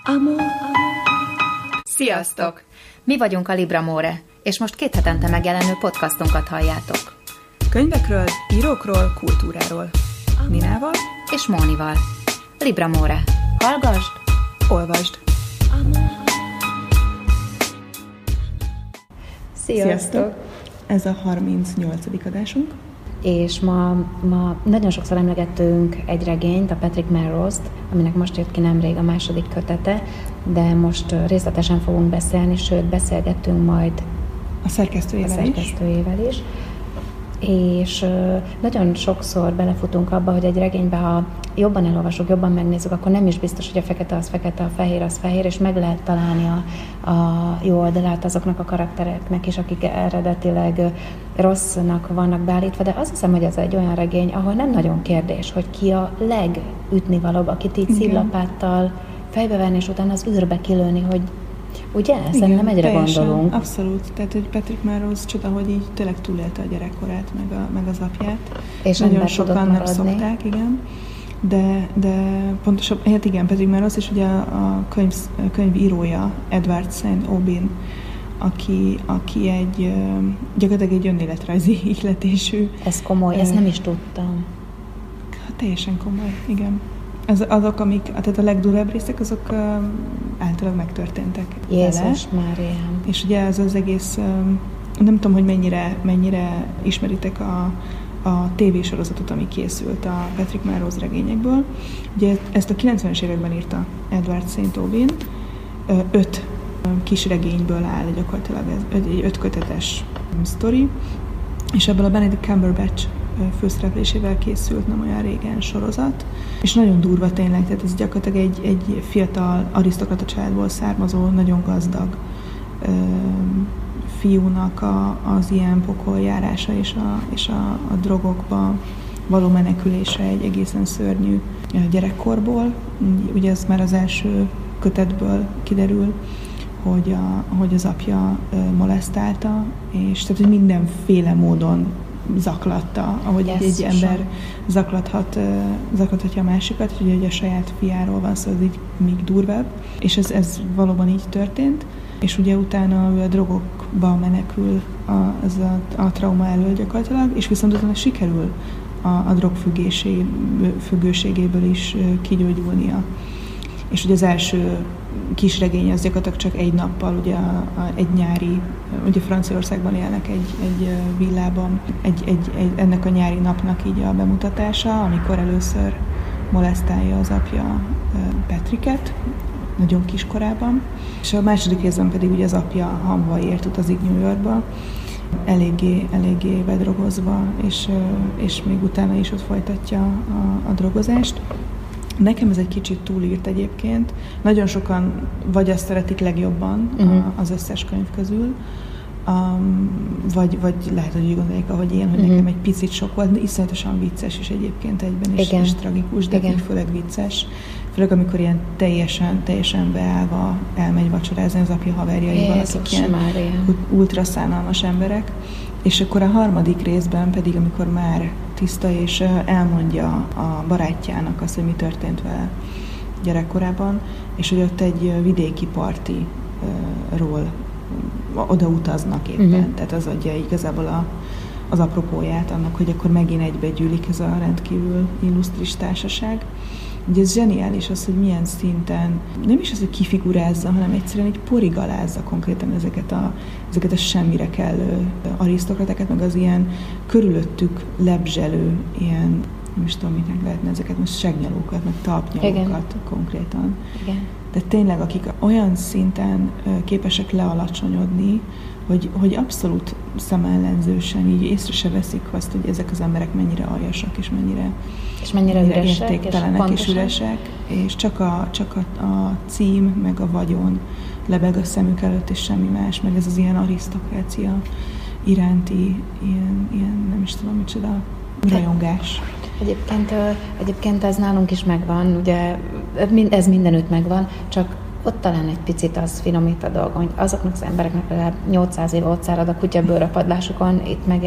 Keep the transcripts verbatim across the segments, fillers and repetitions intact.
Amor, amor. Sziasztok! Mi vagyunk a Libramore, és most két hetente megjelenő podcastunkat halljátok. Könyvekről, írókról, kultúráról. Ninával és Mónival. Libramore. Hallgasd, olvasd! Sziasztok! Sziasztok! Ez a harmincnyolcadik adásunk. És ma, ma nagyon sokszor emlegettünk egy regényt, a Patrick Melrose-t, aminek most jött ki nemrég a második kötete, de most részletesen fogunk beszélni, sőt, beszélgettünk majd a szerkesztőjével, a szerkesztőjével is. is. És nagyon sokszor belefutunk abba, hogy egy regénybe, ha jobban elolvasok, jobban megnézzük, akkor nem is biztos, hogy a fekete az fekete, a fehér az fehér, és meg lehet találni a, a jó oldalát azoknak a karaktereknek is, akik eredetileg rossznak vannak beállítva, de azt hiszem, hogy ez egy olyan regény, ahol nem nagyon kérdés, hogy ki a legütnivalóbb, akit így szillapáttal fejbevenni, és utána az űrbe kilőni, hogy ugye? Igen, szerintem egyre teljesen, gondolunk. Abszolút. Tehát, hogy Patrick Melrose csoda, hogy így tényleg túlélte a gyerekkorát, meg, a, meg az apját. És nagyon sokan nem szokták, igen. De, de pontosabb, hát igen, Patrick Melrose, és ugye a könyv, könyvírója Edward Saint Aubyn, aki, aki egy gyakorlatilag egy önéletrajzi ihletésű. Ez komoly, ezt nem is tudtam. Teljesen komoly, igen. Az, azok, amik, tehát a legdurvább részek, azok uh, általában megtörténtek. Jézus Máriám. És ugye ez az egész, um, nem tudom, hogy mennyire, mennyire ismeritek a, a tévésorozatot, ami készült a Patrick Melrose regényekből. Ugye ezt a kilencvenes években írta Edward Saint Aubyn, uh, öt um, kis regényből áll gyakorlatilag ez, egy öt kötetes um, sztori, és ebből a Benedict Cumberbatch főszereplésével készült nem olyan régen sorozat, és nagyon durva tényleg, tehát ez gyakorlatilag egy, egy fiatal arisztokrata családból származó, nagyon gazdag ö, fiúnak a, az ilyen pokoljárása és, a, és a, a drogokba való menekülése egy egészen szörnyű gyerekkorból. Ugye ez már az első kötetből kiderül, hogy, a, hogy az apja ö, molesztálta, és tehát, hogy mindenféle módon zaklatta, ahogy yes, egy ember zaklathat, zaklathatja a másikat, hogy ugye a saját fiáról van szó, ez így még durvább, és ez, ez valóban így történt, és ugye utána ő a drogokba menekül a, ez a, a trauma elől gyakorlatilag, és viszont utána sikerül a, a drog függőségéből is kigyógyulnia. És ugye az első kisregény az gyakorlatilag csak egy nappal, ugye a, a, egy nyári, ugye Franciaországban élnek egy, egy villában, egy, egy, egy, ennek a nyári napnak így a bemutatása, amikor először molesztálja az apja Patricket, nagyon kiskorában, és a második részben pedig ugye az apja hamvaért utazik New Yorkba, eléggé, eléggé bedrogozva, és, és még utána is ott folytatja a, a drogozást. Nekem ez egy kicsit túlírt egyébként. Nagyon sokan vagy azt szeretik legjobban uh-huh. az összes könyv közül, um, vagy, vagy lehet, hogy úgy gondolják, ahogy én, hogy uh-huh. nekem egy picit sok volt, de iszonyatosan vicces is egyébként egyben, és, és tragikus, de igen. főleg vicces. Főleg, amikor ilyen teljesen, teljesen beállva elmegy vacsorázni az apja haverjaival, akik ilyen ultra szánalmas emberek. És akkor a harmadik részben pedig, amikor már tiszta, és elmondja a barátjának azt, hogy mi történt vele gyerekkorában, és hogy ott egy vidéki partiról oda utaznak éppen. Uh-huh. Tehát az adja igazából a, az apropóját annak, hogy akkor megint egybegyűlik ez a rendkívül illusztris társaság. Ugye ez zseniális az, hogy milyen szinten, nem is az, hogy kifigurázza, hanem egyszerűen így porigalázza konkrétan ezeket a, ezeket a semmire kellő arisztokratákat, meg az ilyen körülöttük lebzselő, ilyen, nem is tudom, mit lehetne ezeket, most segnyalókat, meg talpnyalókat igen. konkrétan. Igen. De tényleg, akik olyan szinten képesek lealacsonyodni, hogy, hogy abszolút szemellenzősen így észre se veszik azt, hogy ezek az emberek mennyire aljasak, és mennyire, és mennyire, mennyire üresek, értéktelenek és, és üresek, és csak, a, csak a, a cím, meg a vagyon lebeg a szemük előtt, és semmi más, meg ez az ilyen arisztokrácia iránti, ilyen, ilyen nem is tudom micsoda, rajongás. Egyébként, egyébként ez nálunk is megvan, ugye ez mindenütt megvan, csak ott talán egy picit az finomít a dolgon, hogy azoknak az embereknek legalább nyolcszáz év ott szárad a kutyabőr a padlásukon, itt meg egy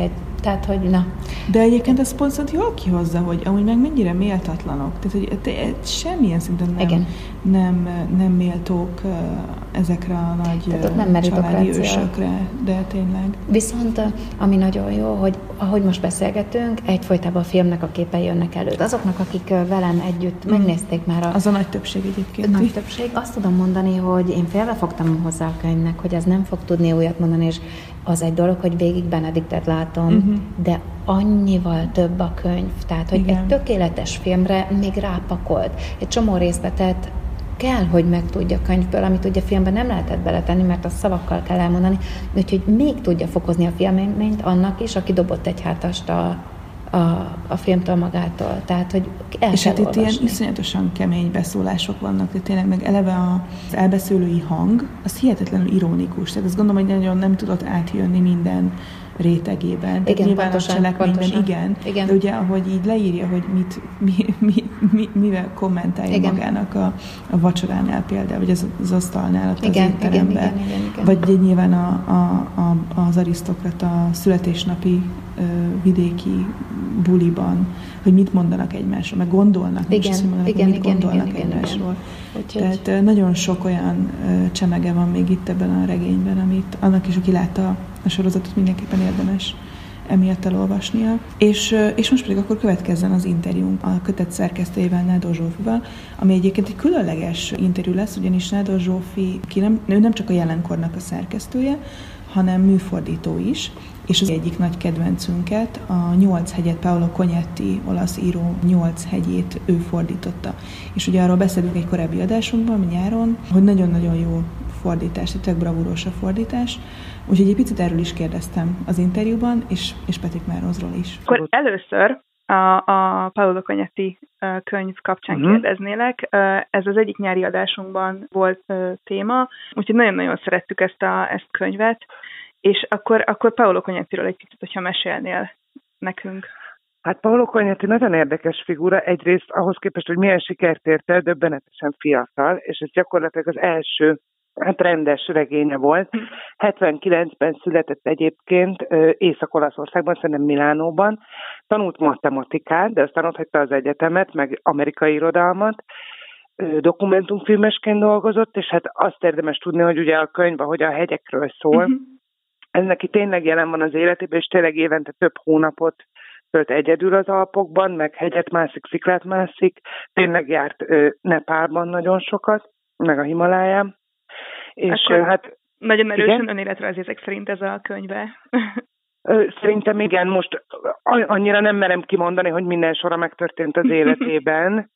tehát, hogy na. De egyébként ez pont jól kihozza, hogy amúgy meg mennyire méltatlanok. Tehát, hogy te, semmilyen szinten nem, nem, nem méltók ezekre a nagy nem családi ősökre, de tényleg. Viszont ami nagyon jó, hogy ahogy most beszélgetünk, egyfolytában a filmnek a képei jönnek elő. Azoknak, akik velem együtt megnézték már a... Az a nagy többség egyébként. Nagy többség. Azt tudom mondani, hogy én félrefogtam hozzá a könyvnek, hogy ez nem fog tudni újat mondani, és az egy dolog, hogy végig Benediktet látom, uh-huh. de annyival több a könyv. Tehát, hogy igen. egy tökéletes filmre még rápakolt. Egy csomó részletet kell, hogy megtudja a könyvből, amit ugye filmben nem lehetett beletenni, mert azt szavakkal kell elmondani, úgyhogy még tudja fokozni a filmélményt annak is, aki dobott egy hátast a, a, a filmtől magától. Tehát, hogy el és kell hát itt olvasni. ilyen iszonyatosan kemény beszólások vannak, de tényleg meg eleve az elbeszélői hang, az hihetetlenül ironikus. Tehát azt gondolom, hogy nagyon nem tudott átjönni minden rétegében. Igen, nyilván pontosan, a cselekményben pontosan. igen, igen, de ugye ahogy így leírja, hogy mit, mi, mi, mi, mivel kommentálja igen. magának a, a vacsoránál például, vagy az, az asztalnál, ott igen, az étteremben, igen, igen, igen. vagy nyilván a, a, a, az arisztokrata születésnapi ö, vidéki buliban, hogy mit mondanak egymásról, meg gondolnak, igen, most mondanak, igen, mit igen, gondolnak igen, egymásról. Igen. Tehát ö, nagyon sok olyan ö, csemege van még itt ebben a regényben, amit annak is, aki látta a sorozatot, mindenképpen érdemes emiatt elolvasnia. És, és most pedig akkor következzen az interjúnk a kötet szerkesztőjével, Nádor Zsófival, ami egyébként egy különleges interjú lesz, ugyanis Nádor Zsófi, ki nem, ő nem csak a jelenkornak a szerkesztője, hanem műfordító is, és az egyik nagy kedvencünket, a Nyolc hegyet, Paolo Cognetti, olasz író Nyolc hegyét ő fordította. És ugye arról beszélünk egy korábbi adásunkban, nyáron, hogy nagyon-nagyon jó fordítás, tehát bravúros a fordítás. Úgyhogy egy picit erről is kérdeztem az interjúban, és, és Petrik Mározról is. Akkor először a, a Paolo Cognetti könyv kapcsán uh-huh. kérdeznélek. Ez az egyik nyári adásunkban volt téma, úgyhogy nagyon-nagyon szerettük ezt a ezt könyvet, és akkor, akkor Paolo Cognettiről egy picit, hogyha mesélnél nekünk. Hát Paolo Cognetti nagyon érdekes figura, egyrészt ahhoz képest, hogy milyen sikert ért el, döbbenetesen fiatal, és ez gyakorlatilag az első hát rendes regénye volt. hetvenkilencben született egyébként Észak-Olaszországban, szerintem Milánóban. Tanult matematikát, de aztán ott hagyta az egyetemet, meg amerikai irodalmat. Dokumentumfilmesként dolgozott, és hát azt érdemes tudni, hogy ugye a könyv, ahogy a hegyekről szól, uh-huh. ez neki tényleg jelen van az életében, és tényleg évente több hónapot tölt egyedül az Alpokban, meg hegyet mászik, sziklát mászik. Tényleg járt Nepálban nagyon sokat, meg a Himaláján. És akkor hát nagyon erősen önéletrajzi ezek szerint ez a könyve. Szerintem igen, most annyira nem merem kimondani, hogy minden sora megtörtént az életében,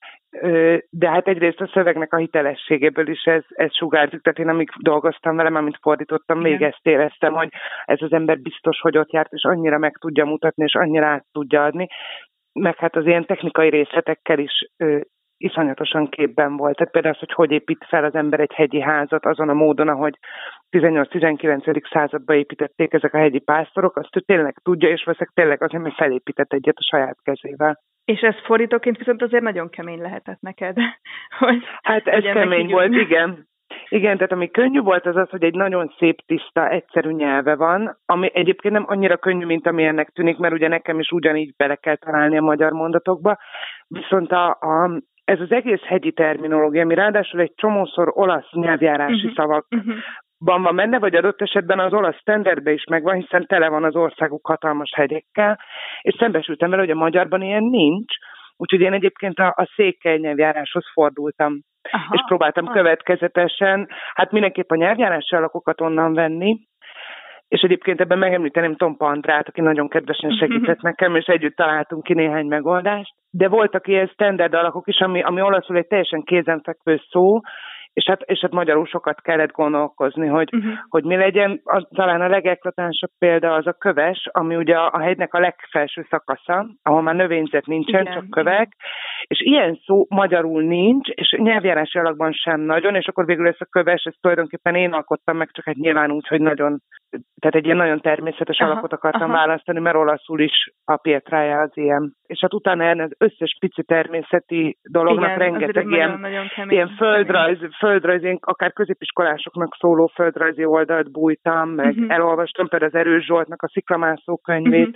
de hát egyrészt a szövegnek a hitelességéből is ez, ez sugárzik, tehát én amíg dolgoztam velem, amint fordítottam, igen. még ezt éreztem, hogy ez az ember biztos, hogy ott járt, és annyira meg tudja mutatni, és annyira át tudja adni, meg hát az ilyen technikai részletekkel is iszonyatosan képben volt. Tehát például az, hogy hogy épít fel az ember egy hegyi házat azon a módon, ahogy tizennyolc-tizenkilencedik században építették ezek a hegyi pásztorok, azt ő tényleg tudja, és veszek tényleg azért, hogy felépített egyet a saját kezével. És ez fordítóként viszont azért nagyon kemény lehetett neked. Hogy hát ez kemény volt, igen. Igen, tehát ami könnyű volt, az az, hogy egy nagyon szép, tiszta, egyszerű nyelve van, ami egyébként nem annyira könnyű, mint amilyennek tűnik, mert ugye nekem is ugyanígy bele kell találni a magyar mondatokba. Viszont a, a ez az egész hegyi terminológia, ami ráadásul egy csomószor olasz nyelvjárási uh-huh. szavakban uh-huh. van benne, vagy adott esetben az olasz standardben is megvan, hiszen tele van az országuk hatalmas hegyekkel, és szembesültem vele, hogy a magyarban ilyen nincs, úgyhogy én egyébként a, a székely nyelvjáráshoz fordultam, aha, és próbáltam aha. következetesen, hát mindenképp a nyelvjárási alakokat onnan venni, és egyébként ebben megemlíteném Tompa Andrát, aki nagyon kedvesen segített nekem, és együtt találtunk ki néhány megoldást. De voltak ilyen standard alakok is, ami, ami olaszul egy teljesen kézenfekvő szó, és hát, és hát magyarul sokat kellett gondolkozni, hogy, uh-huh. hogy mi legyen. Az, talán a legeklatánsabb példa az a köves, ami ugye a, a hegynek a legfelső szakasza, ahol már növényzet nincsen, igen, csak kövek, igen. és ilyen szó magyarul nincs, és nyelvjárási alakban sem nagyon, és akkor végül ezt a köves, ezt tulajdonképpen én alkottam meg, csak hát nyilván úgy, hogy nagyon, tehát egy ilyen nagyon természetes aha, alakot akartam aha. választani, mert olaszul is a Pietrája az ilyen. És hát utána erre az összes pici természeti dolognak igen, rengeteg ilyen, nagyon, nagyon kemény, ilyen földrajz, földrajz, én akár középiskolásoknak szóló földrajzi oldalt bújtam, meg uh-huh. elolvastam például az Erős Zsoltnak a Sziklamászó könyvét, uh-huh.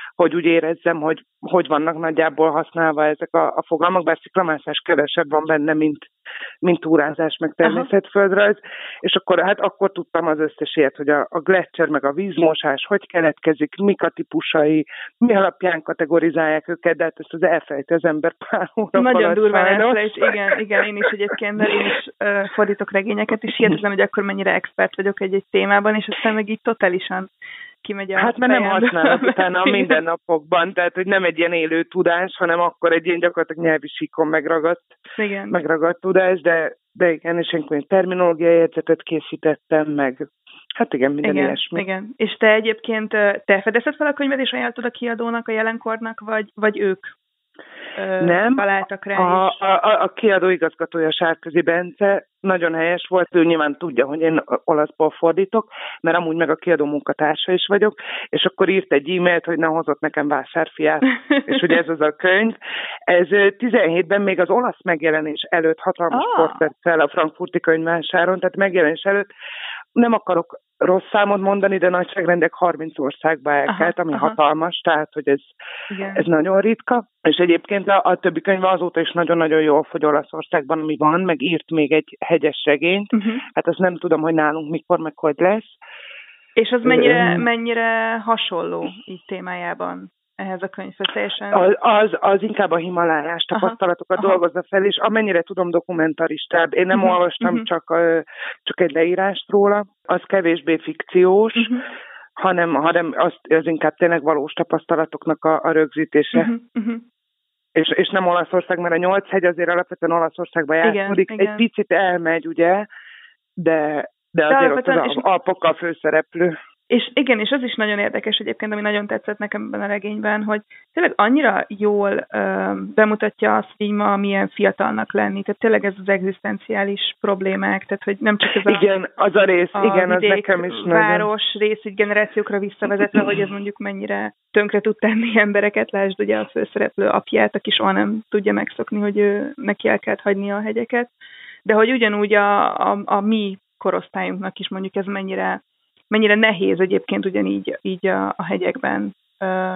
hogy úgy érezzem, hogy hogy vannak nagyjából használva ezek a, a fogalmak, bár sziklamászás kevesebb van benne, mint, mint túrázás, meg természetföldrajz, és akkor hát akkor tudtam az összes ilyet, hogy a, a gletszer meg a vízmosás hogy keletkezik, mik a típusai, mi alapján kategorizálják őket, de hát ezt az elfelejti az ember pár hónap Nagyon durván elfelejt, igen, igen, én is egyébként, mert én is uh, fordítok regényeket, és hihetetlen, hogy akkor mennyire expert vagyok egy-egy témában, és aztán meg így totálisan kimegy a Hát mert nem használod utána a mindennapokban, tehát hogy nem egy ilyen élő tudás, hanem akkor egy ilyen gyakorlatilag nyelvi síkon megragadt, igen. megragadt tudás, de, de igen, és én terminológiai jegyzetet készítettem, meg hát igen, minden igen, ilyesmi. Igen, és te egyébként, te fedezted fel a könyvet, és ajánltad a kiadónak, a jelenkornak, vagy, vagy ők nem, találtak rá a, is? A, a, a kiadó igazgatója Sárközi Bence nagyon helyes volt, ő nyilván tudja, hogy én olaszból fordítok, mert amúgy meg a kiadó munkatársa is vagyok, és akkor írt egy e-mailt, hogy ne hozott nekem vásárfiát, és hogy ez az a könyv. Ez tizenhétben még az olasz megjelenés előtt hatalmas ah. port tett fel a frankfurti könyvvásáron, tehát megjelenés előtt nem akarok rossz számot mondani, de nagyságrendek harminc országba elkelt, ami aha. hatalmas, tehát hogy ez, ez nagyon ritka. És egyébként a, a többi könyv azóta is nagyon-nagyon jól fogy Olaszországban, ami van, meg írt még egy hegyes regényt. Uh-huh. Hát azt nem tudom, hogy nálunk mikor, meg hogy lesz. És az mennyire, mennyire hasonló így témájában ehhez a könyvhöz teljesen? Az, az, az inkább a himalájás tapasztalatokat aha, dolgozza fel, és amennyire tudom dokumentaristább. Én nem uh-huh, olvastam uh-huh. csak, csak egy leírást róla, az kevésbé fikciós, uh-huh. hanem, hanem az, az inkább tényleg valós tapasztalatoknak a, a rögzítése. Uh-huh, uh-huh. És, és nem Olaszország, mert a nyolc hegy azért alapvetően Olaszországban játszódik. Egy picit elmegy, ugye, de, de azért de ott az és... Alpokkal főszereplő. És igen, és az is nagyon érdekes egyébként, ami nagyon tetszett nekem ebben a regényben, hogy tényleg annyira jól ö, bemutatja azt, hogy ma milyen fiatalnak lenni. Tehát tényleg ez az egzisztenciális problémák, tehát hogy nem csak ez a, igen, az a rész, a igen, vidék, az nekem is város nagyon... rész, így generációkra visszavezetve, hogy ez mondjuk mennyire tönkre tud tenni embereket. Lásd ugye a főszereplő apját, aki soha nem tudja megszokni, hogy ő, neki el kellett hagyni a hegyeket. De hogy ugyanúgy a, a, a mi korosztályunknak is mondjuk ez mennyire mennyire nehéz egyébként ugyanígy így a, a hegyekben ö,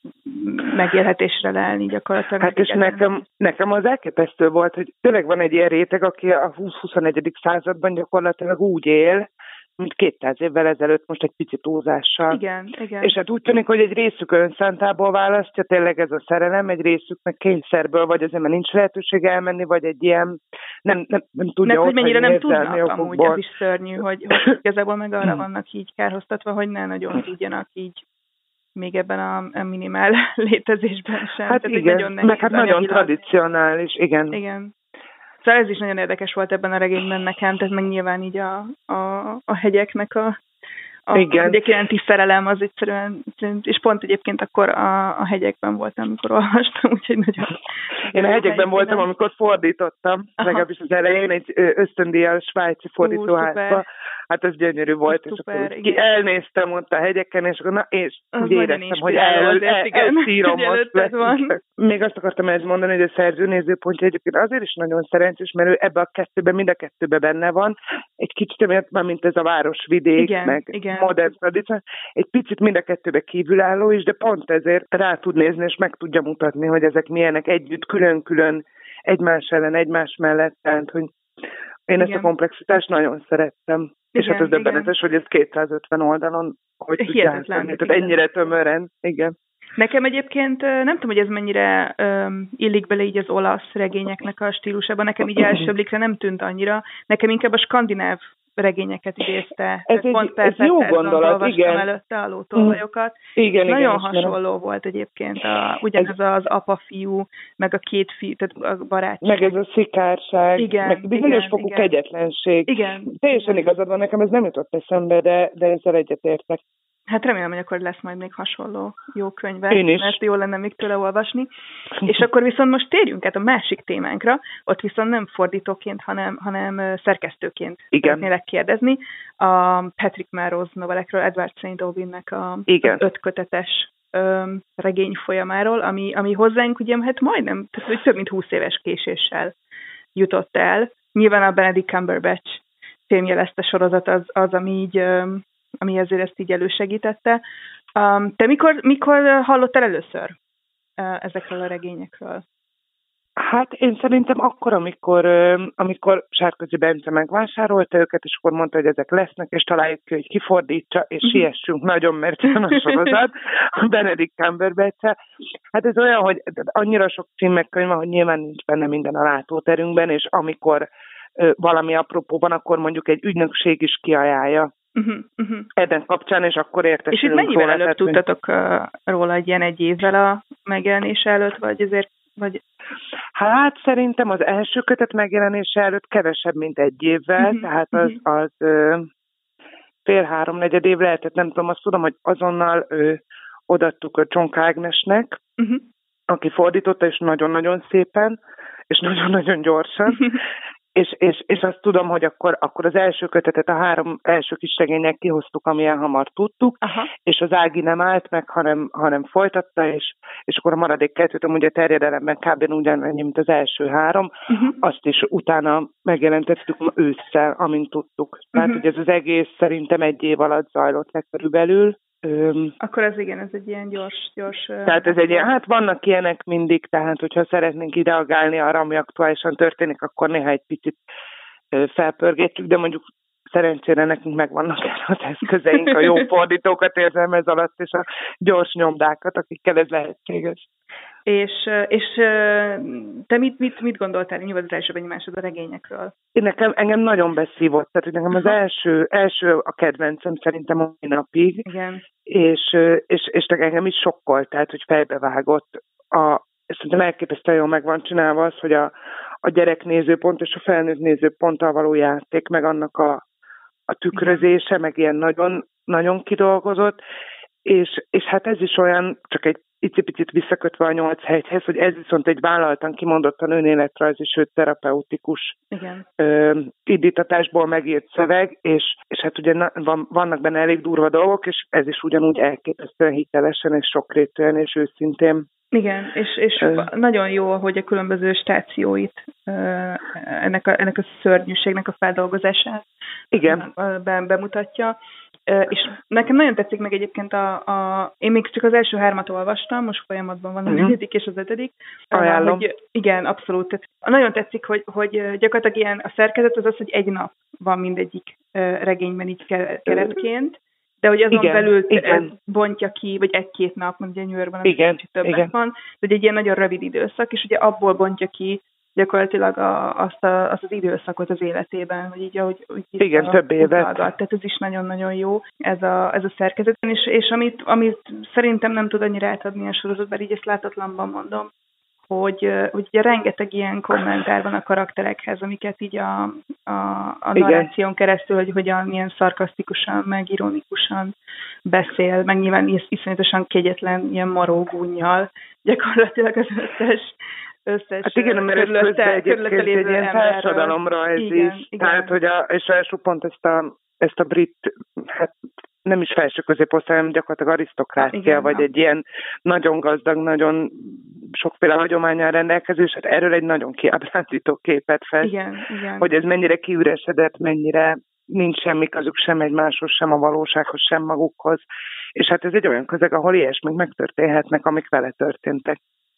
megélhetésre lelni gyakorlatilag. Hát és nekem, nekem az elképesztő volt, hogy tényleg van egy ilyen réteg, aki a húsz-huszonegyedik században gyakorlatilag úgy él, mint kétszáz évvel ezelőtt, most egy picit túlzással. Igen, igen. És hát úgy tűnik, hogy egy részük önszántából választja, tényleg ez a szerelem, egy részük meg kényszerből, vagy azért, mert nincs lehetőség elmenni, vagy egy ilyen, nem, nem, nem tudja mert, ott, hogy mennyire nem tudnak amúgy, ez is szörnyű, hogy, hogy igazából meg arra vannak így kárhoztatva, hogy ne nagyon tudjanak így még ebben a, a minimál létezésben sem. Hát tehát, igen, nagyon meg hát nagyon tradicionális, igen. Igen. Szóval ez is nagyon érdekes volt ebben a regényben nekem, tehát meg nyilván így a, a, a hegyeknek a, a hegyek iránti szerelem az egyszerűen, és pont egyébként akkor a, a hegyekben voltam, amikor olvastam, úgyhogy nagyon... Én a hegyekben voltam, nem? Amikor fordítottam, aha. legalábbis az elején egy ösztöndíjas svájci fordítóházba. Hát ez gyönyörű volt, és szuper, akkor ki elnéztem ott a hegyeken, és akkor na, és úgy éreztem, hogy el, el, elszírom most. Még azt akartam ezt mondani, hogy a szerző nézőpontja egyébként azért is nagyon szerencsés, mert ő ebbe a kettőben, mind a kettőben benne van. Egy kicsit emiatt már, mint ez a városvidék, igen, meg igen. modern tradíció, egy picit mind a kettőben kívülálló is, de pont ezért rá tud nézni, és meg tudja mutatni, hogy ezek milyenek együtt, külön-külön, egymás ellen, egymás mellett, tehát, hogy én igen. ezt a komplexitást nagyon szerettem. Igen, és hát ez döbbenetes, hogy ez kétszázötven oldalon, hogy tudják, tehát ennyire tömören. Igen. Nekem egyébként nem tudom, hogy ez mennyire um, illik bele így az olasz regényeknek a stílusában. Nekem így első blikre nem tűnt annyira. Nekem inkább a skandináv regényeket idézte. Ez, egy, pont ez jó gondolat, igen. előtte a lótolvajokat. Igen, nagyon igen, hasonló igen. volt egyébként a, ugyanez az apa-fiú, meg a két fiú, tehát a barátság. Meg ez a szikárság, igen, meg bizonyos fokú igen. kegyetlenség. Igen. Teljesen igazad van, nekem ez nem jutott eszembe, de, de ezzel egyetértek. Hát remélem, hogy akkor lesz majd még hasonló jó könyve, Én is. mert jó lenne még tőle olvasni. És akkor viszont most térjünk át a másik témánkra, ott viszont nem fordítóként, hanem, hanem szerkesztőként szeretnélek kérdezni. A Patrick Melrose novellekről, Edward Saint Aubynnek a ötkötetes regény folyamáról, ami, ami hozzánk ugye hát majdnem, tehát hogy több mint húsz éves késéssel jutott el. Nyilván a Benedict Cumberbatch filmjelezte sorozat az, az ami így ami ezért ezt így elősegítette. Um, te mikor, mikor hallottál először uh, ezekről a regényekről? Hát én szerintem akkor, amikor, amikor Sárközi Bence megvásárolta őket, és akkor mondta, hogy ezek lesznek, és találjuk ki, hogy kifordítsa, és uh-huh. siessünk nagyon, mert jön a sorozat, a Benedict Cumberbatch-el. Hát ez olyan, hogy annyira sok címekkönyv van, hogy nyilván nincs benne minden a látóterünkben, és amikor valami apropó van, akkor mondjuk egy ügynökség is kiajálja. Uh-huh, uh-huh. Ebben kapcsán, és akkor értesülünk. És itt mennyivel előbb tudtatok uh, róla, egy ilyen egy évvel a megjelenése előtt, vagy azért vagy... Hát szerintem az első kötet megjelenése előtt kevesebb, mint egy évvel, uh-huh, tehát az, az ö, fél három-negyed év lehetett, nem tudom, azt tudom, hogy azonnal ö, odaadtuk a Csonka Ágnesnek, uh-huh. aki fordította, és nagyon-nagyon szépen, és nagyon-nagyon gyorsan, és, és, és azt tudom, hogy akkor, akkor az első kötetet, a három első kis regénynek kihoztuk, amilyen hamar tudtuk, aha. és az Ági nem állt meg, hanem, hanem folytatta, és, és akkor a maradék kettőt, amúgy a terjedelemben kb. Ugyanannyi, mint az első három, uh-huh. azt is utána megjelentettük ősszel, amint tudtuk. Tehát, uh-huh. hogy ez az egész szerintem egy év alatt zajlott le körülbelül. Öm, Akkor ez igen, ez egy ilyen gyors... gyors tehát ez egy ilyen, hát vannak ilyenek mindig, tehát hogyha szeretnénk ideagálni arra, ami aktuálisan történik, akkor néha egy picit felpörgetjük, de mondjuk szerencsére nekünk megvannak az eszközeink, a jó fordítókat érzem ez alatt, és a gyors nyomdákat, akikkel ez lehetséges. És, és te mit, mit, mit gondoltál, mi volt az első benyomásod a regényekről? Én nekem, engem nagyon beszívott, tehát nekem az első, első a kedvencem szerintem a mai napig, igen. és, és, és engem is sokkolt, tehát hogy fejbevágott. A, szerintem elképesztően jól meg van csinálva az, hogy a, a gyerek nézőpont és a felnőtt nézőponttal való játék, meg annak a, a tükrözése, igen. meg ilyen nagyon, nagyon kidolgozott, és, és hát ez is olyan, csak egy icipicit visszakötve a nyolc hegyhez, hogy ez viszont egy vállaltan kimondottan önéletrajzi, sőt terapeutikus ö, indítatásból megírt szöveg, és, és hát ugye na, van, vannak benne elég durva dolgok, és ez is ugyanúgy elképesztően hitelesen, és sokrétűen, és őszintén. Igen, és, és uh, nagyon jó, hogy a különböző stációit, uh, ennek, a, ennek a szörnyűségnek a feldolgozását igen. Be, bemutatja. Uh, és nekem nagyon tetszik meg egyébként a, a... Én még csak az első hármat olvastam, most folyamatban van a uh-huh. negyedik és az ötödik. Ajánlom. Hogy, igen, abszolút. Tehát nagyon tetszik, hogy, hogy gyakorlatilag ilyen a szerkezet az az, hogy egy nap van mindegyik uh, regényben így keretként. De hogy azon igen, belül igen. bontja ki, vagy egy-két nap, mondjuk New Yorkban kicsit többet igen. van, de egy ilyen nagyon rövid időszak, és ugye abból bontja ki gyakorlatilag a, azt, a, azt az időszakot az életében, vagy így, ahogy úgy igen, a, több évet. Utalgat. Tehát ez is nagyon-nagyon jó, ez a, ez a szerkezet. És, és amit, amit szerintem nem tud annyira átadni a sorozat, bár így ezt látatlanban mondom, hogy, hogy ugye rengeteg ilyen kommentár van a karakterekhez, amiket így a, a, a narráción keresztül, hogy hogyan milyen szarkasztikusan, meg ironikusan beszél, meg nyilván is, iszonyatosan kegyetlen ilyen maró gúnnyal, gyakorlatilag az összes összes hát igen, mert körülötte, ez körülötte lévő egy ilyen társadalomra ez igen, is. Igen. Tehát, hogy a, és első pont ezt a, ezt a brit, hát nem is felső középosztály, hanem gyakorlatilag arisztokrácia, igen, vagy na. egy ilyen nagyon gazdag, nagyon sokféle hagyománnyal rendelkező, és hát erről egy nagyon kiábrándító képet fest, igen, igen. hogy ez mennyire kiüresedett, mennyire nincs semmi közük sem egymáshoz, sem a valósághoz, sem magukhoz. És hát ez egy olyan közeg, ahol ilyesmik megtörténhetnek, amik vele történtek.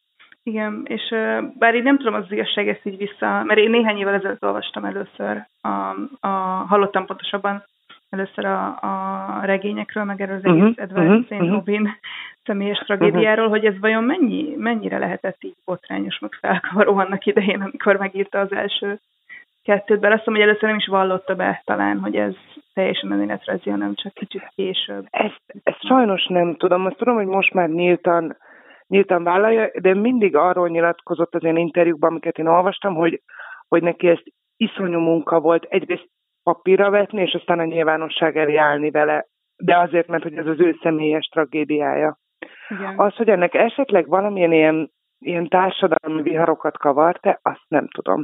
Igen, és uh, bár én nem tudom az igazság ezt így vissza, mert én néhány évvel ezelőtt olvastam először, a, a, hallottam pontosabban először a, a regényekről, meg erről az egész uh-huh, Edward uh-huh, Saint Aubyn uh-huh. személyes tragédiáról, uh-huh. hogy ez vajon mennyi, mennyire lehetett így botrányos, meg felkavaró annak idején, amikor megírta az első kettőt, bár azt mondom, hogy először nem is vallotta be talán, hogy ez teljesen önéletrajzi, hanem csak kicsit később. Ezt, ezt sajnos nem tudom, azt tudom, hogy most már nyíltan nyíltan vállalja, de mindig arról nyilatkozott az én interjúkban, amiket én olvastam, hogy, hogy neki ezt iszonyú munka volt egyrészt papírra vetni, és aztán a nyilvánosság elé állni vele, de azért, mert hogy ez az ő személyes tragédiája. Igen. Az, hogy ennek esetleg valamilyen ilyen, ilyen társadalmi viharokat kavart-e, azt nem tudom.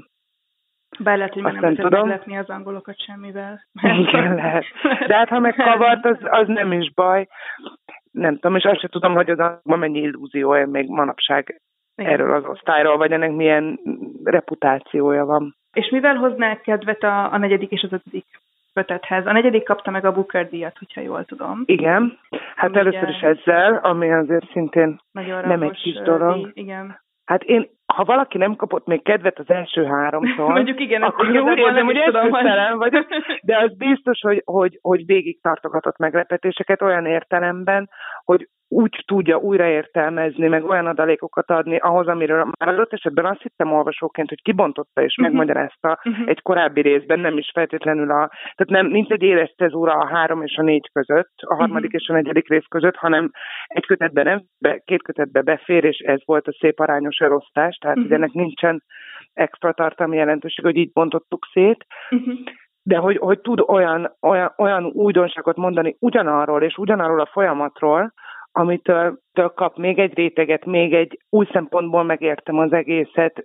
Bár lehet, hogy már nem tudom meglepni az angolokat semmivel. Igen, lehet. De hát, ha megkavart, az, az nem is baj. Nem tudom, és azt sem tudom, hogy az angolban mennyi illúziója még manapság igen. erről az osztályról, vagy ennek milyen reputációja van. És mivel hoznák kedvet a, a negyedik és az ötödik kötethez. A negyedik kapta meg a Booker díjat, hogyha jól tudom. Igen, hát ami először is ezzel, ami azért szintén nem egy kis dolog. Díj. Igen. Hát én, ha valaki nem kapott még kedvet az első háromtól, mondjuk igen, akkor úgy érzem, hogy eszköztelen vagyok, de az biztos, hogy, hogy, hogy végig tartogatott meglepetéseket olyan értelemben, hogy úgy tudja újraértelmezni, meg olyan adalékokat adni ahhoz, amiről már adott esetben azt hittem olvasóként, hogy kibontotta és uh-huh. megmagyarázta uh-huh. egy korábbi részben, nem is feltétlenül a, tehát nem, nincs egy éles cezúra a három és a négy között, a harmadik uh-huh. és a negyedik rész között, hanem egy kötetben nem, be, két kötetben befér, és ez volt a szép arányos elosztás, tehát uh-huh. hogy ennek nincsen extra tartalmi jelentőség, hogy így bontottuk szét. Uh-huh. De hogy, hogy tud olyan, olyan, olyan újdonságot mondani ugyanarról és ugyanarról a folyamatról, amitől kap még egy réteget, még egy új szempontból megértem az egészet,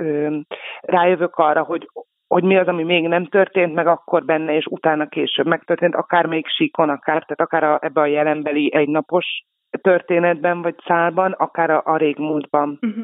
rájövök arra, hogy, hogy mi az, ami még nem történt meg akkor benne, és utána később megtörtént, akár még síkon, akár, tehát akár a, ebben a jelenbeli egynapos történetben, vagy szálban, akár a, a régmúltban. Uh-huh.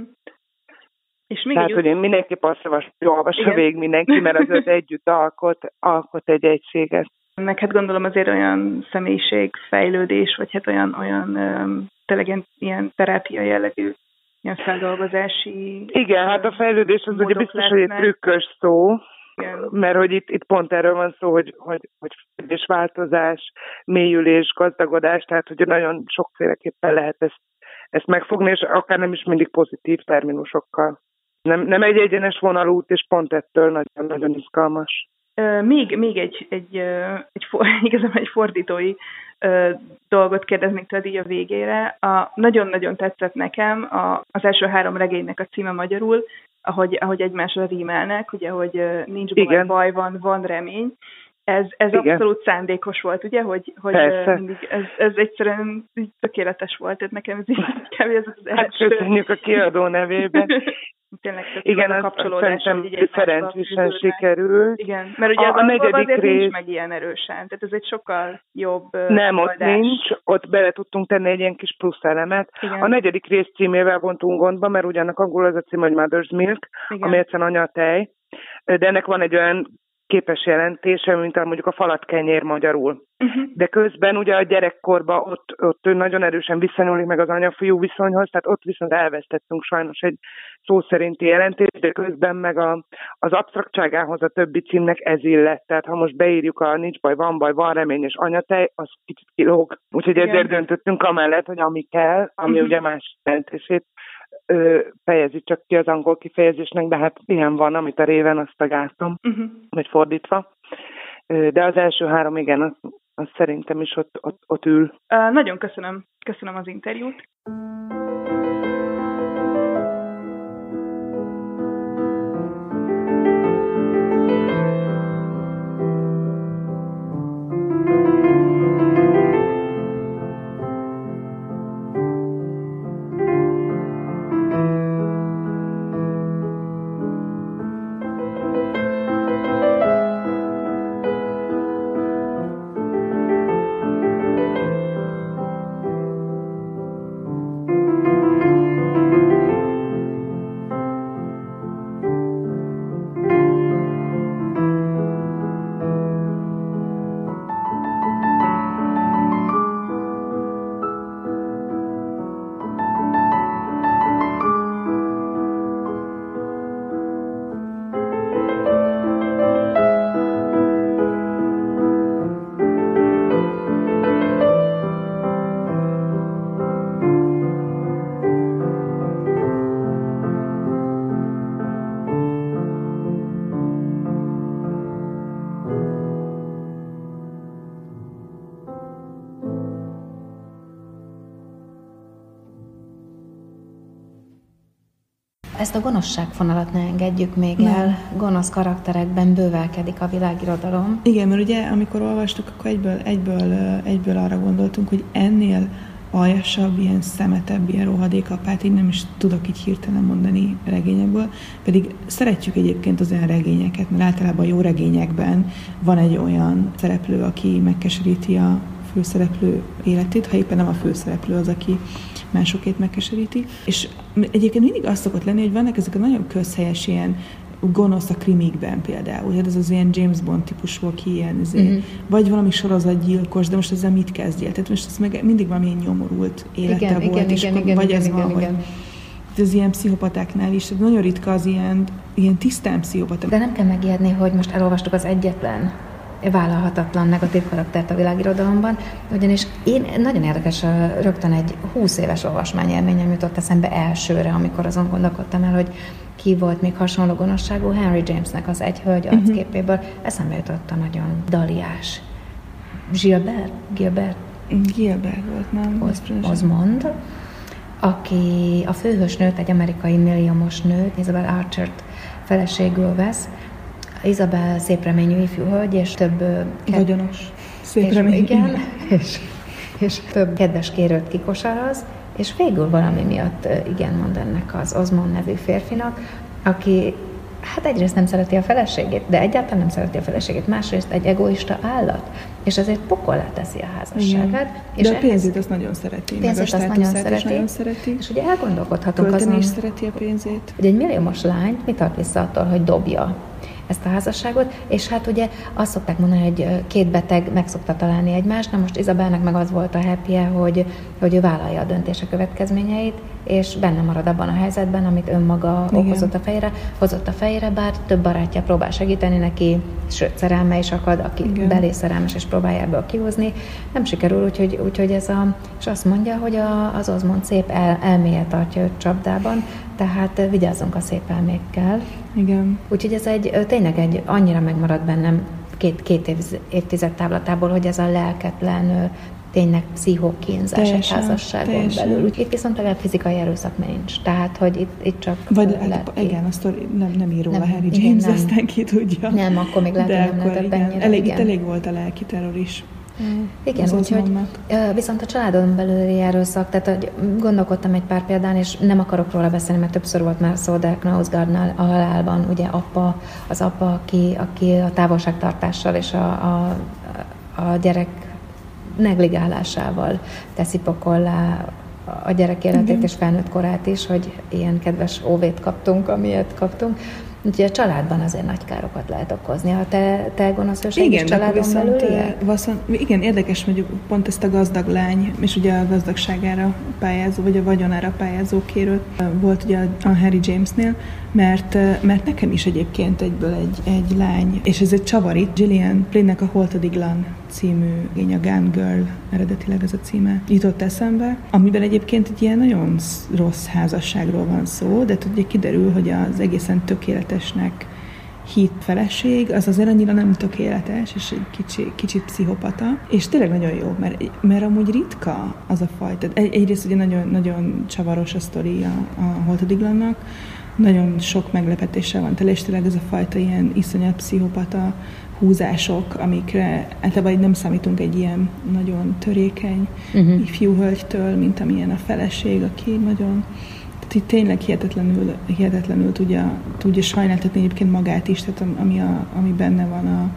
És még Tehát, egy... hogy én mindenképp azt javaslom, hogy olvassa végig mindenki, mert az öt együtt alkot, alkot egy egységet. Meg hát gondolom azért olyan személyiségfejlődés, vagy hát olyan, olyan um, tényleg ilyen terápia jellegű, ilyen feldolgozási... Igen, hát a fejlődés az ugye biztos, hogy egy trükkös szó, igen. Mert hogy itt, itt pont erről van szó, hogy, hogy, hogy fejlődés, változás, mélyülés, gazdagodás, tehát hogy nagyon sokféleképpen lehet ezt, ezt megfogni, és akár nem is mindig pozitív terminusokkal. Nem, nem egy egyenes vonalút, és pont ettől nagyon-nagyon izgalmas. Még, még egy, egy, egy, igazából egy fordítói dolgot kérdeznék tőled így a végére. A, nagyon-nagyon tetszett nekem a, az első három regénynek a címe magyarul, ahogy, ahogy egymásra rímelnek, ugye, hogy nincs baj, baj van, van remény. Ez, ez abszolút szándékos volt, ugye, hogy, hogy mindig ez, ez egyszerűen tökéletes volt, tehát nekem ez így kb. Ez az első. Hát köszönjük a kiadó nevében. Tényleg igen, a kapcsolódás, hogy szerencsésen sikerült. Igen, mert ugye a, a negyedik azért rész... nincs meg ilyen erősen, tehát ez egy sokkal jobb Nem, oldás. Ott nincs, ott bele tudtunk tenni egy ilyen kis plusz elemet. Igen. A negyedik rész címével vontunk gondba, mert ugyanak angol az a cím, hogy Mother's Milk, igen. Ami egyszerűen anyatej, de ennek van egy olyan képes jelentése, mint mondjuk a falatkenyér magyarul. Uh-huh. De közben ugye a gyerekkorban ott, ott nagyon erősen visszanyúlik meg az anya-fiú viszonyhoz, tehát ott viszont elvesztettünk sajnos egy szó szerinti jelentést, de közben meg a, az absztraktságához a többi címnek ez illet. Tehát ha most beírjuk a nincs baj, van baj, van remény és anyatej, az kicsit kilóg. Úgyhogy igen. Ezért döntöttünk amellett, hogy ami kell, ami uh-huh. ugye más jelentését Ö, fejezi csak ki az angol kifejezésnek, de hát ilyen van, amit a réven, azt a gátom, uh-huh. vagy fordítva. Ö, de az első három, igen, az, az szerintem is ott, ott, ott ül. Uh, nagyon köszönöm. Köszönöm az interjút. Ezt a gonoszságfonalat ne engedjük még nem. el. Gonosz karakterekben bővelkedik a világirodalom. Igen, mert ugye amikor olvastuk, akkor egyből, egyből, egyből arra gondoltunk, hogy ennél aljasabb, ilyen szemetebb, ilyen rohadékapát így nem is tudok így hirtelen mondani regényekből, pedig szeretjük egyébként az olyan regényeket, mert általában jó regényekben van egy olyan szereplő, aki megkeseríti a főszereplő életét, ha éppen nem a főszereplő az, aki másokét megkeseríti. És egyébként mindig az szokott lenni, hogy vannak ezek a nagyon közhelyes ilyen gonosz a krimikben például. Hát ez az ilyen James Bond típusú, aki ilyen, ezért, uh-huh. vagy valami sorozatgyilkos, de most ezzel mit kezdjél? Tehát most ez meg mindig valamilyen nyomorult élete igen, volt, igen, és igen, akkor, igen, vagy igen, ez igen, van, igen. hogy ez ilyen pszichopatáknál is, tehát nagyon ritka az ilyen, ilyen tisztán pszichopata. De nem kell megijedni, hogy most elolvastuk az egyetlen vállalhatatlan negatív karaktert a világirodalomban, ugyanis én nagyon érdekes, rögtön egy húsz éves olvasmányélményem jutott eszembe elsőre, amikor azon gondolkodtam el, hogy ki volt még hasonló gonoszságú Henry Jamesnek az Egy hölgy arcképéből. Uh-huh. Eszembe jutott a nagyon daliás Gilbert, Gilbert, Gilbert volt, nem? Oz, Osmond, aki a főhősnőt, egy amerikai milliómos nőt, Isabel Archert feleségül vesz. Isabel szép reményű ifjú hölgy, és több... Ked... Vagyonos. Szép reményű. Igen, és, és több kedves kérőt kikosaraz, és végül valami miatt igen mond ennek az Osmond nevű férfinak, aki hát egyrészt nem szereti a feleségét, de egyáltalán nem szereti a feleségét, másrészt egy egoista állat, és ezért pokollá teszi a házasságát. És de a pénzét ehhez... azt nagyon szereti, pénzét meg a azt nagyon szereti, nagyon szereti. És ugye elgondolkodhatunk azon... Költeni is szereti a pénzét. Hogy egy milliómos lány mit tart vissza attól, hogy dobja ezt a házasságot, és hát ugye azt szokták mondani, hogy két beteg meg szokta találni egymást, na most Isabelnek meg az volt a happy-je, hogy, hogy ő vállalja a döntése következményeit, és benne marad abban a helyzetben, amit önmaga igen. okozott a fejére, hozott a fejére, bár több barátja próbál segíteni neki, sőt, szerelme is akad, aki igen. belé szerelmes, és próbálja ebből kihozni. Nem sikerül, úgyhogy, úgyhogy ez a... És azt mondja, hogy a, az Osmond szép el, elméje tartja őt csapdában, tehát vigyázzunk a szép elmékkel. Igen. Úgyhogy ez egy, tényleg egy, annyira megmarad bennem két, két év, évtized távlatából, hogy ez a lelketlen, tényleg pszichokínzás egy házasságon teljesen. belül. Itt viszont legalább fizikai erőszak nincs. Tehát, hogy itt, itt csak... Vagy lehet, igen, a sztori nem, nem ír róla Harry igen, James, nem. aztán ki tudja. Nem, akkor még lehet, hogy nem lehetett ennyire. Elég, itt elég volt a lelki terror is. Mm. Igen, úgyhogy viszont a családon belüli erőszak, tehát hogy gondolkodtam egy pár példán, és nem akarok róla beszélni, mert többször volt már szó, de Knausgaardnál a halálban, ugye apa, az apa, aki, aki a távolságtartással és a, a, a gyerek negligálásával teszi pokollá a gyerek életét igen. és felnőtt korát is, hogy ilyen kedves óvét kaptunk, amilyet kaptunk. Úgyhogy a családban azért nagy károkat lehet okozni. Ha te, te gonosz hőség is családon belül viszont, igen, érdekes, hogy pont ezt a gazdag lány, és ugye a gazdagságára pályázó, vagy a vagyonára pályázó kérő volt ugye a Harry Jamesnél, mert, mert nekem is egyébként egyből egy, egy lány, és ez egy csavar itt, Gillian Flynn-nek a Holtodiglan című, a Gun Girl, eredetileg ez a címe, jutott eszembe, amiben egyébként egy ilyen nagyon rossz házasságról van szó, de ugye kiderül, hogy az egészen tökéletesnek hit feleség, az azért annyira nem tökéletes, és egy kicsi, kicsit pszichopata, és tényleg nagyon jó, mert, mert amúgy ritka az a fajta. Egy, egyrészt ugye nagyon, nagyon csavaros a sztori a, a Holtodiglannak, nagyon sok meglepetéssel van tele, és tényleg ez a fajta ilyen iszonyat pszichopata húzások, amikre általában nem számítunk egy ilyen nagyon törékeny uh-huh. ifjú hölgytől, mint amilyen a feleség, aki nagyon... Tehát itt tényleg hihetetlenül, hihetetlenül tudja, tudja sajnáltatni egyébként magát is, tehát ami, a, ami benne van a,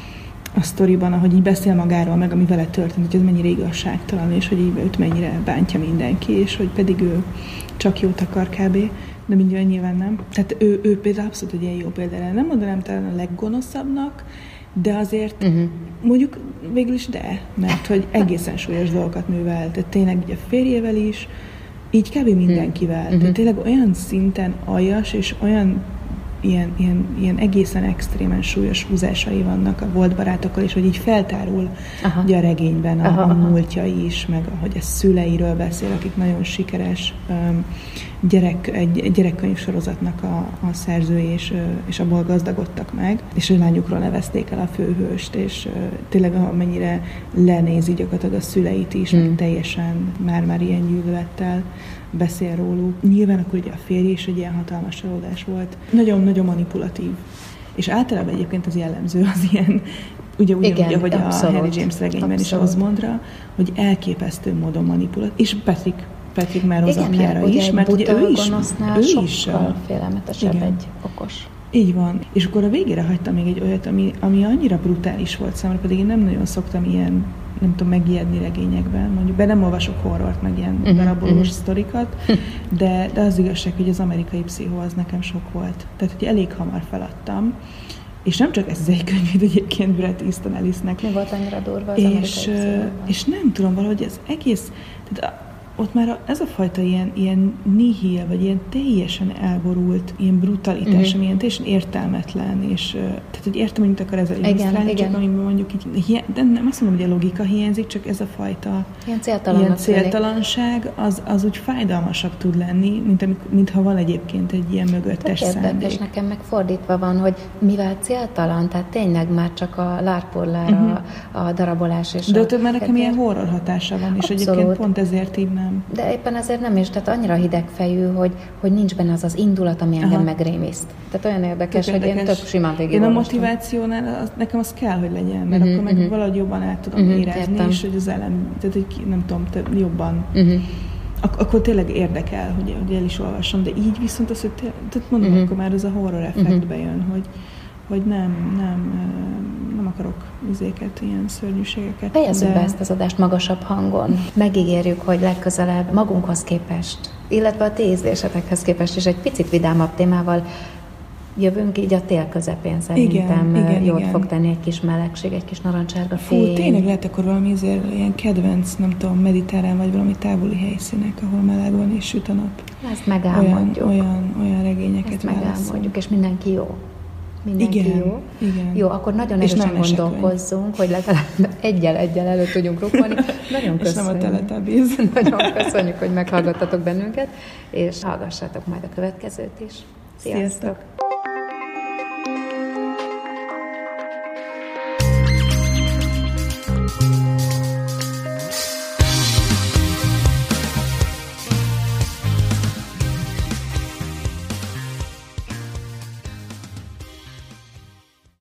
a sztoriban, ahogy így beszél magáról, meg ami vele történt, hogy ez mennyire igazságtalan, és hogy így őt mennyire bántja mindenki, és hogy pedig ő csak jót akar kb. De mindjárt nyilván nem. Tehát ő, ő például abszolút egy ilyen jó például. Nem mondanám talán a leggonoszabbnak, de azért uh-huh. mondjuk végül is de, mert hogy egészen súlyos dolgokat művel. Tehát tényleg ugye a férjével is, így kb. Mindenkivel. Uh-huh. Tehát tényleg olyan szinten aljas, és olyan ilyen, ilyen, ilyen egészen extrémen súlyos húzásai vannak a volt barátokkal, és hogy így feltárul aha. ugye a regényben a, aha, a múltjai is, meg ahogy a szüleiről beszél, akik nagyon sikeres um, gyerek, egy, egy gyerekkönyv sorozatnak a, a szerzői, és, és abból gazdagodtak meg, és a lányukról nevezték el a főhőst, és uh, tényleg amennyire lenézi gyakorlatilag a szüleit is, hmm. meg teljesen már-már ilyen gyűlölettel beszél róluk. Nyilván akkor ugye a férj is egy ilyen hatalmas csalódás volt. Nagyon-nagyon manipulatív. És általában egyébként az jellemző az ilyen, ugye ugyanúgy, igen, ahogy abszolút, a Harry James regényben abszolút. is Osmondra, hogy elképesztő módon manipulat. És Patrick, Patrick Melrose apjára is, mert ugye ő is, ő is félelmetesebb igen. egy okos. Így van. És akkor a végére hagytam még egy olyat, ami, ami annyira brutális volt számomra, pedig én nem nagyon szoktam ilyen nem tudom, megijedni regényekben. Mondjuk be nem olvasok horrort, meg ilyen uh-huh, darabolós uh-huh. sztorikat, de, de az igazság, hogy az Amerikai Pszichó az nekem sok volt. Tehát, hogy elég hamar feladtam. És nem csak ez az egy könyv, egyébként Bret Easton Ellisnek. Mi volt annyira durva az és, Amerikai Pszichóban? És nem tudom, valahogy az egész, tehát ott már ez a fajta ilyen, ilyen nihil, vagy ilyen teljesen elborult, ilyen brutalitás, uh-huh. ami ilyen teljesen értelmetlen, és tehát, hogy értem, hogy mit akar ezzel illusztrálni, csak amiben mondjuk így, de nem azt mondom, hogy a logika hiányzik, csak ez a fajta ilyen, ilyen céltalanság, az, az úgy fájdalmasabb tud lenni, mint amik, mintha van egyébként egy ilyen mögöttes szándék. És nekem meg fordítva van, hogy mivel céltalan, tehát tényleg már csak a lárpurlára, uh-huh. a darabolás és de a... ott már nekem ilyen horror hatása van, és abszolút. Egyébként pont ezért így nem. De éppen azért nem is, tehát annyira hidegfejű, hogy, hogy nincs benne az az indulat, ami engem megrémiszt. Tehát olyan érdekes, tök hogy érdekes. Én tök simán végig Én a motivációnál, az, nekem az kell, hogy legyen, mert uh-huh, akkor meg uh-huh. valahogy jobban át tudom uh-huh, érezni, értem. És hogy az elem, tehát hogy nem tudom, jobban, uh-huh. ak- akkor tényleg érdekel, hogy, hogy el is olvassam, de így viszont az, hogy te, tehát mondom, uh-huh. akkor már ez a horror effekt uh-huh. bejön, hogy hogy nem, nem, nem akarok izéket, ilyen szörnyűségeket. Fejezzük de... be ezt az adást magasabb hangon. Megígérjük, hogy legközelebb magunkhoz képest, illetve a ti ízlésetekhez képest is egy picit vidámabb témával jövünk, így a tél közepén szerintem igen, igen, jót igen. fog tenni egy kis melegség, egy kis narancsárga fény. Fú, tényleg lehet akkor valami azért ilyen kedvenc, nem tudom, mediterrán vagy valami távoli helyszínek, ahol meleg van és süt a nap. Ezt megálmodjuk. Olyan, olyan, olyan regényeket Ezt megálmodjuk, és mindenki jó. Mindenki igen, jó. Igen. Jó, akkor nagyon erősen gondolkozzunk, hogy legalább egyel-egyel előtt tudjunk rukkolni. Nagyon köszönjük. És nem a Teletubbies. Nagyon köszönjük, hogy meghallgattatok bennünket, és hallgassátok majd a következőt is. Sziasztok! Sziasztok.